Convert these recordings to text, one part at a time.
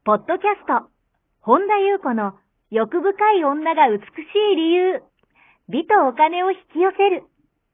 ポッドキャスト、本田裕子の欲深い女が美しい理由、美とお金を引き寄せる。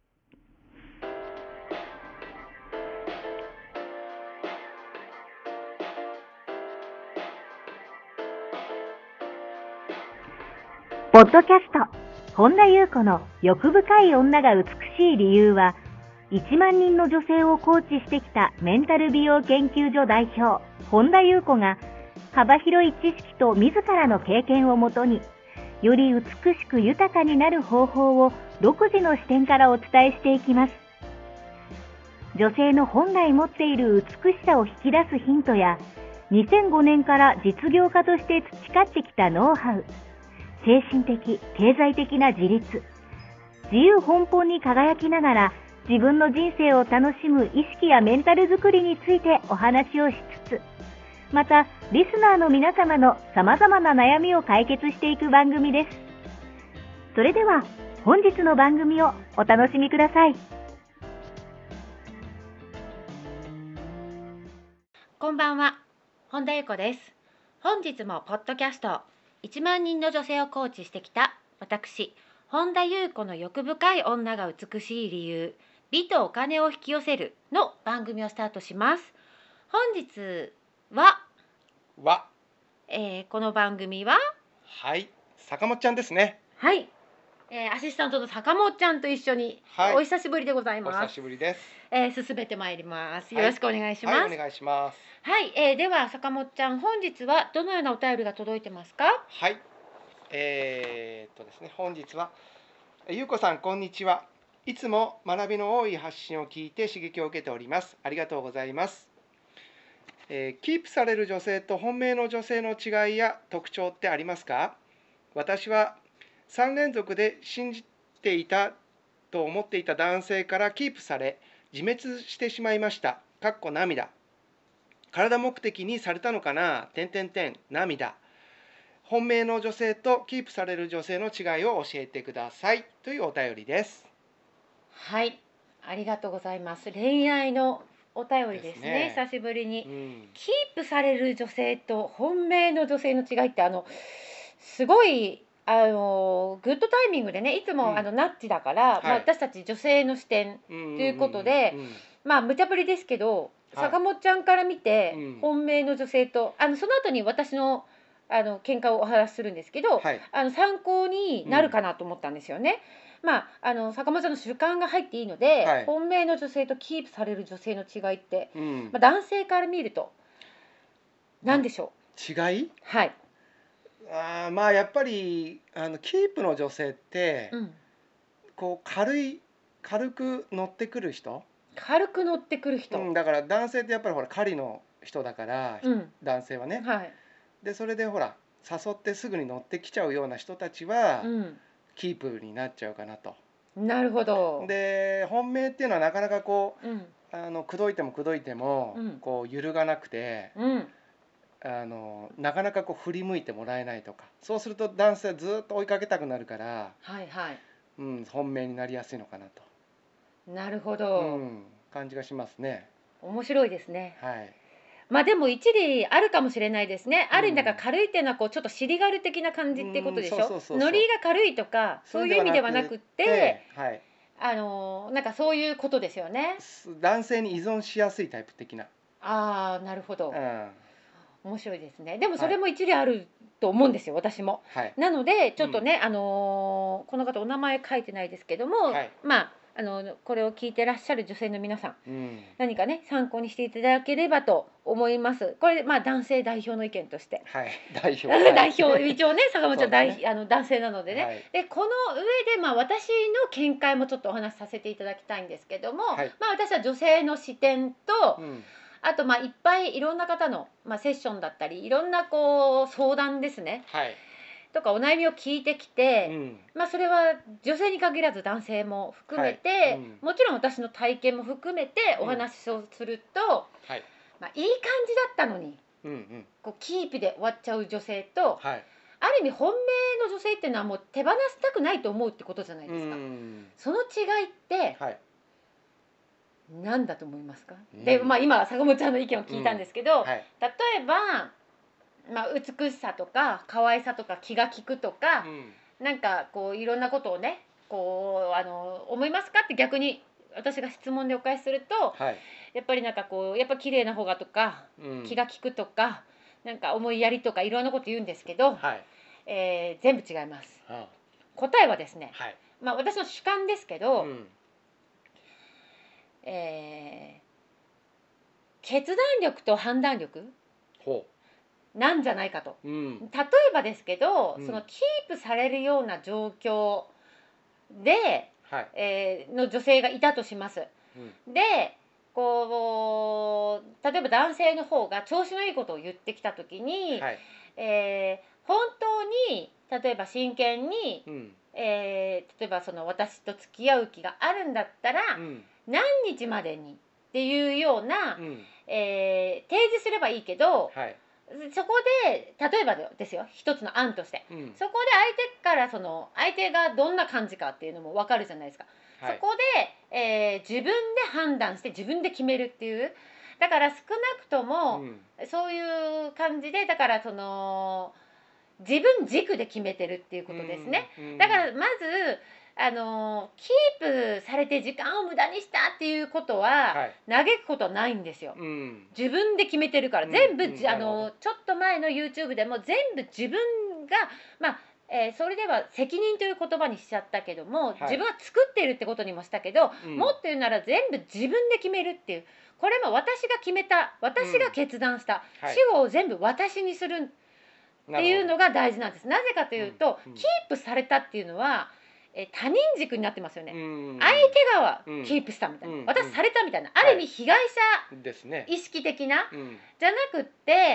ポッドキャスト、本田裕子の欲深い女が美しい理由は、1万人の女性をコーチしてきたメンタル美容研究所代表、本田裕子が、幅広い知識と自らの経験をもとに、より美しく豊かになる方法を独自の視点からお伝えしていきます。女性の本来持っている美しさを引き出すヒントや、2005年から実業家として培ってきたノウハウ、精神的、経済的な自立、自由奔放に輝きながら自分の人生を楽しむ意識やメンタルづくりについてお話をしつつ、またリスナーの皆様の様々な悩みを解決していく番組です。それでは本日の番組をお楽しみください。 こんばんは、本田裕子です。本日もポッドキャスト1万人の女性をコーチしてきた私本田裕子の欲深い女が美しい理由、美とお金を引き寄せるの番組をスタートします。本日はこの番組は坂本ちゃんですね。 はい、アシスタントの坂本ちゃんと一緒に、お久しぶりでございます。 お久しぶりです。 進めてまいります。よろしくお願いします。 お願いします。 では坂本ちゃん、本日はどのようなお便りが届いてますか？ ですね、本日はゆうこさん、こんにちは。いつも学びの多い発信を聞いて刺激を受けております。ありがとうございます。キープされる女性と本命の女性の違いや特徴ってありますか？私は3連続で信じていたと思っていた男性からキープされ自滅してしまいました。涙。体目的にされたのかな？涙。本命の女性とキープされる女性の違いを教えてくださいというお便りです。 はい、ありがとうございます。恋愛のお便りですね。久しぶりに、キープされる女性と本命の女性の違いってすごいグッドタイミングでね、いつもナッチだから、私たち女性の視点ということで、無茶ぶりですけど、坂本ちゃんから見て、本命の女性とその後に私の見解をお話しするんですけど、参考になるかなと思ったんですよね。坂本さんの主観が入っていいので、本命の女性とキープされる女性の違いって、男性から見ると何でしょう？ 違い？やっぱりキープの女性って、こう軽く乗ってくる人。だから男性ってやっぱり狩りの人だから、男性はね。でそれで誘ってすぐに乗ってきちゃうような人たちは、キープになっちゃうかなと。 なるほど。 で本命っていうのはなかなか口説いてもこう揺るがなくて、なかなか振り向いてもらえないとか、そうすると男性はずっと追いかけたくなるから、本命になりやすいのかなと。 なるほど、 感じがしますね。 面白いですね。でも一理あるかもしれないですね。ある意味だから軽いっていうのはちょっと尻軽的な感じってことでしょ。ノリが軽いとかそういう意味ではなくって、なんかそういうことですよね。 男性に依存しやすいタイプ的な。 なるほど、面白いですね。でもそれも一理あると思うんですよ、私も。なのでちょっとね、この方お名前書いてないですけども、これを聞いてらっしゃる女性の皆さん、何かね参考にしていただければと思います。これ男性代表の意見として、代表一応ね、坂本ちゃん男性なのでね、でこの上で私の見解もちょっとお話しさせていただきたいんですけども、私は女性の視点と、あといっぱいいろんな方の、セッションだったりいろんな相談ですね、とかお悩みを聞いてきて、それは女性に限らず男性も含めて、もちろん私の体験も含めてお話をすると、いい感じだったのに、キープで終わっちゃう女性と、ある意味本命の女性っていうのはもう手放したくないと思うってことじゃないですか。その違いって、何だと思いますか？で今坂本ちゃんの意見を聞いたんですけど、例えばまあ、美しさとか可愛さとか気が利くとか、なんかこういろんなことをねこう思いますかって逆に私が質問でお返しすると、やっぱりなんかこうやっぱ綺麗な方がとか、気が利くとかなんか思いやりとかいろんなこと言うんですけど、全部違います。答えはですね、まあ私の主観ですけど、決断力と判断力なんじゃないかと。例えばですけど、そのキープされるような状況で、の女性がいたとします。でこう例えば男性の方が調子のいいことを言ってきた時に、本当に例えば真剣に、例えばその私と付き合う気があるんだったら、何日までにっていうような、提示すればいいけど、そこで例えばですよ、一つの案として、そこで相手からその相手がどんな感じかっていうのも分かるじゃないですか。そこで、自分で判断して自分で決めるっていう、だから少なくとも、そういう感じで、だからその自分軸で決めてるっていうことですね。だからまずキープされて時間を無駄にしたっていうことは、嘆くことはないんですよ。自分で決めてるから、全部ちょっと前の YouTube でも全部自分がまあそれでは責任という言葉にしちゃったけども、自分は作っているってことにもしたけど、もっと言うなら全部自分で決めるっていう、これも私が決めた、私が決断した、主語を全部私にするっていうのが大事なんです。なぜかというと、キープされたっていうのは他人軸になってますよね。相手側キープしたみたいな、私されたみたいな、ある意味被害者意識的な、じゃなくって、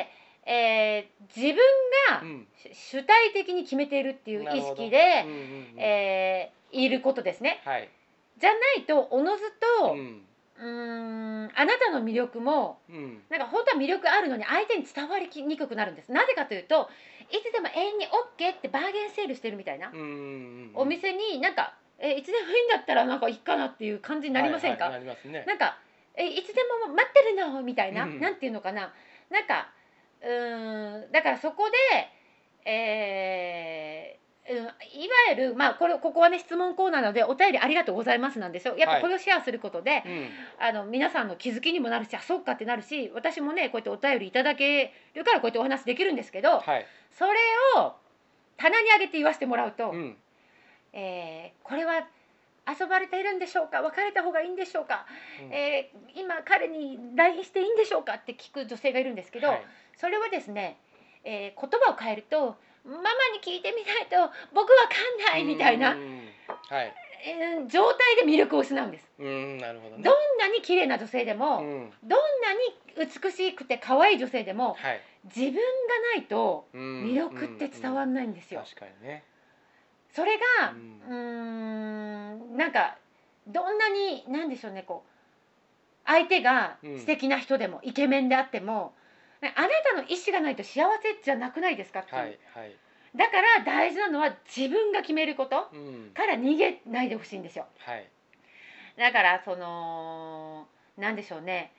自分が主体的に決めているっていう意識でいることですね。じゃないとおのずとあなたの魅力もなんか本当は魅力あるのに相手に伝わりにくくなるんです。なぜかというと、いつでも永遠に OK ってバーゲンセールしてるみたいな、お店になんかいつでもいいんだったらなんかいいかなっていう感じになりませんか？なんかいつでも待ってるのみたいな、なんていうのかな、なんかだからそこでいわゆるまあここはね質問コーナーなのでお便りありがとうございますなんですよ。やっぱこれをシェアすることで、皆さんの気づきにもなるし、あそうかってなるし、私もねこうやってお便りいただけるからこうやってお話できるんですけど、それを棚に上げて言わせてもらうと、これは遊ばれているんでしょうか、別れた方がいいんでしょうか、今彼に LINE していいんでしょうかって聞く女性がいるんですけど、それはですね、言葉を変えると、ママに聞いてみないと僕わかんないみたいな、状態で魅力を失うんです。なるほどね。どんなに綺麗な女性でも、どんなに美しくて可愛い女性でも、自分がないと魅力って伝わらないんですよ。確かにね。それがなんかどんなになんでしょうね、こう相手が素敵な人でも、イケメンであっても、あなたの意思がないと幸せじゃなくないですかっていう、だから大事なのは自分が決めることから逃げないでほしいんですよ。だからそのなんでしょうね、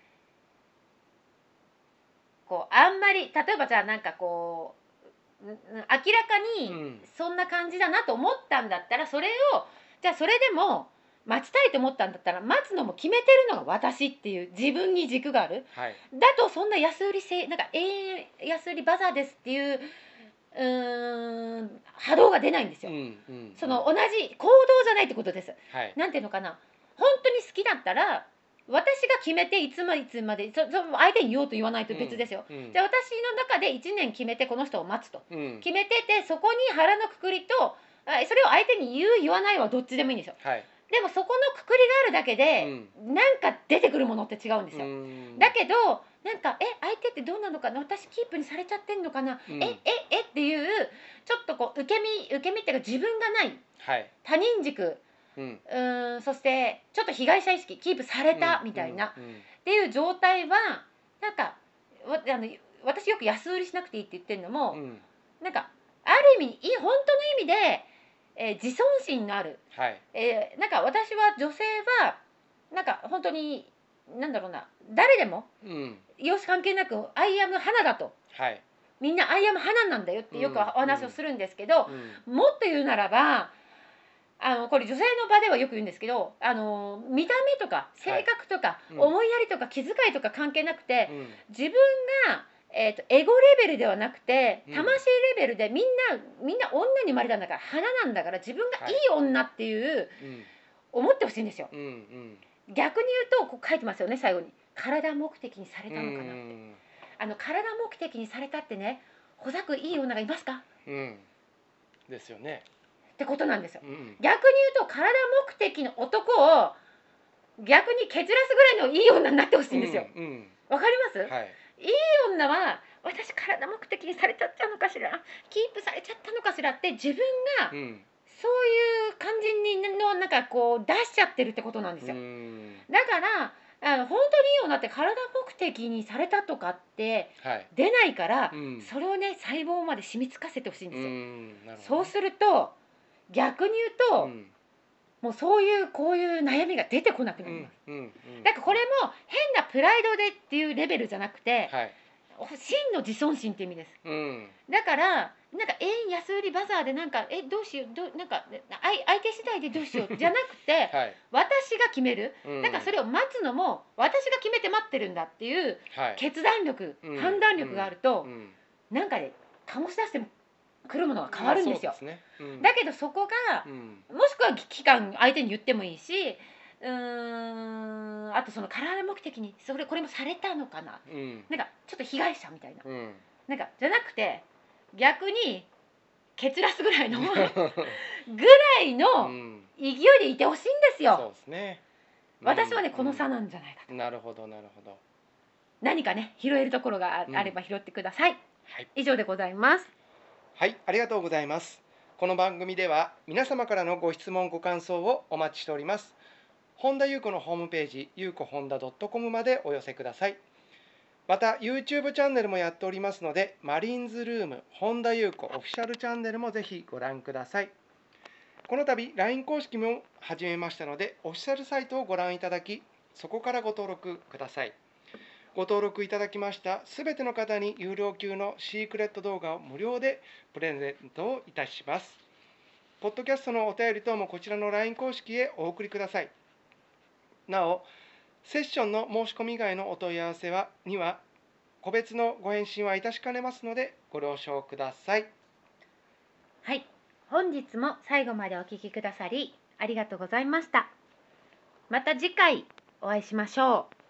こうあんまり例えばじゃあなんかこう明らかにそんな感じだなと思ったんだったら、それをじゃあそれでも待ちたいと思ったんだったら、待つのも決めてるのが私っていう自分に軸がある、だとそんな安売りなんか安売りバザーですっていう波動が出ないんですよ。その同じ行動じゃないってことです。なんていうのかな、本当に好きだったら私が決めていつまで相手に言おうと言わないと別ですよ。じゃあ私の中で1年決めてこの人を待つと、決めてて、そこに腹のくくりとそれを相手に言わないはどっちでもいいんですよ。でもそこのくくりがあるだけで、なんか出てくるものって違うんですよ。だけどなんか相手ってどうなのかな、私キープにされちゃってんのかな、っていうちょっとこう受け身っていうか自分がない、他人軸、そしてちょっと被害者意識、キープされたみたいな、っていう状態はなんか私よく安売りしなくていいって言ってるのも、なんかある意味本当の意味で自尊心のある、なんか私は女性はなんか本当になんだろうな、誰でも、容姿関係なくアイアム花だとみんなアイアム花なんだよってよくお話をするんですけど、もっと言うならばこれ女性の場ではよく言うんですけど、見た目とか性格とか、思いやりとか気遣いとか関係なくて、自分が、エゴレベルではなくて魂レベルでみんな女に生まれたんだから花なんだから自分がいい女っていう思ってほしいんですよ。逆に言うとこう書いてますよね、最後に体目的にされたのかなって。体目的にされたってね、ほざくいい女がいますか？ ですよねってことなんですよ。逆に言うと体目的の男を逆に蹴散らすぐらいのいい女になってほしいんですよ。わかります？いい女は私体目的にされちゃったのかしら、キープされちゃったのかしらって自分がそういう感じのなんかこう出しちゃってるってことなんですよ。だから本当にいい女って体目的にされたとかって出ないから、それをね細胞まで染みつかせてほしいんですよ。そうすると逆に言うと、もうそういうこういう悩みが出てこなくなります。だからこれも変なプライドでっていうレベルじゃなくて、真の自尊心って意味です。だからなんか安売りバザーでなんかどうしようなんか相手次第でどうしようじゃなくて、私が決める。だからそれを待つのも私が決めて待ってるんだっていう決断力、判断力があると、なんかね醸し出しても来るものが変わるんですよ。だけどそこが、もしくは期間相手に言ってもいいし、あとその体目的にこれもされたのかな、なんかちょっと被害者みたいな、なんかじゃなくて逆に蹴散らすぐらいのぐらいの勢いでいてほしいんですよ。そうですね。私はねこの差なんじゃないかと。なるほどなるほど。何かね拾えるところがあれば拾ってください。以上でございます。 はい、ありがとうございます。この番組では皆様からのご質問ご感想をお待ちしております。本田裕子のホームページ、ゆうこ本田 .com までお寄せください。また YouTube チャンネルもやっておりますので、マリンズルーム本田裕子オフィシャルチャンネルもぜひご覧ください。この度 LINE 公式も始めましたので、オフィシャルサイトをご覧いただき、そこからご登録ください。ご登録いただきましたすべての方に有料級のシークレット動画を無料でプレゼントをいたします。ポッドキャストのお便り等もこちらの LINE 公式へお送りください。なお、セッションの申し込み以外のお問い合わせには個別のご返信はいたしかねますのでご了承ください。 はい、本日も最後までお聞きくださりありがとうございました。また次回お会いしましょう。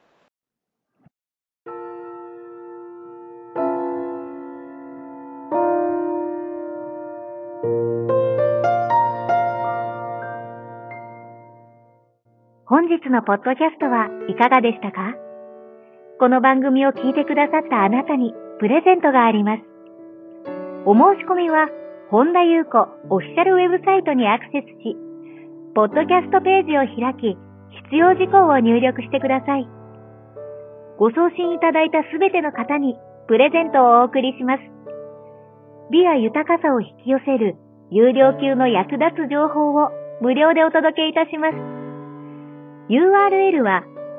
本日のポッドキャストはいかがでしたか？この番組を聞いてくださったあなたにプレゼントがあります。お申し込みは本田裕子オフィシャルウェブサイトにアクセスし、ポッドキャストページを開き、必要事項を入力してください。ご送信いただいたすべての方にプレゼントをお送りします。美や豊かさを引き寄せる有料級の役立つ情報を無料でお届けいたします。URL は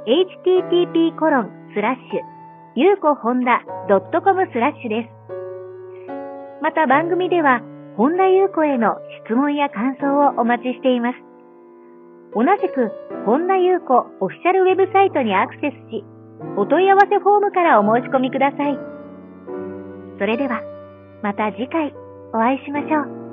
http://yukohonda.com/ です。また番組では本田裕子への質問や感想をお待ちしています。同じく本田裕子オフィシャルウェブサイトにアクセスし、お問い合わせフォームからお申し込みください。それではまた次回お会いしましょう。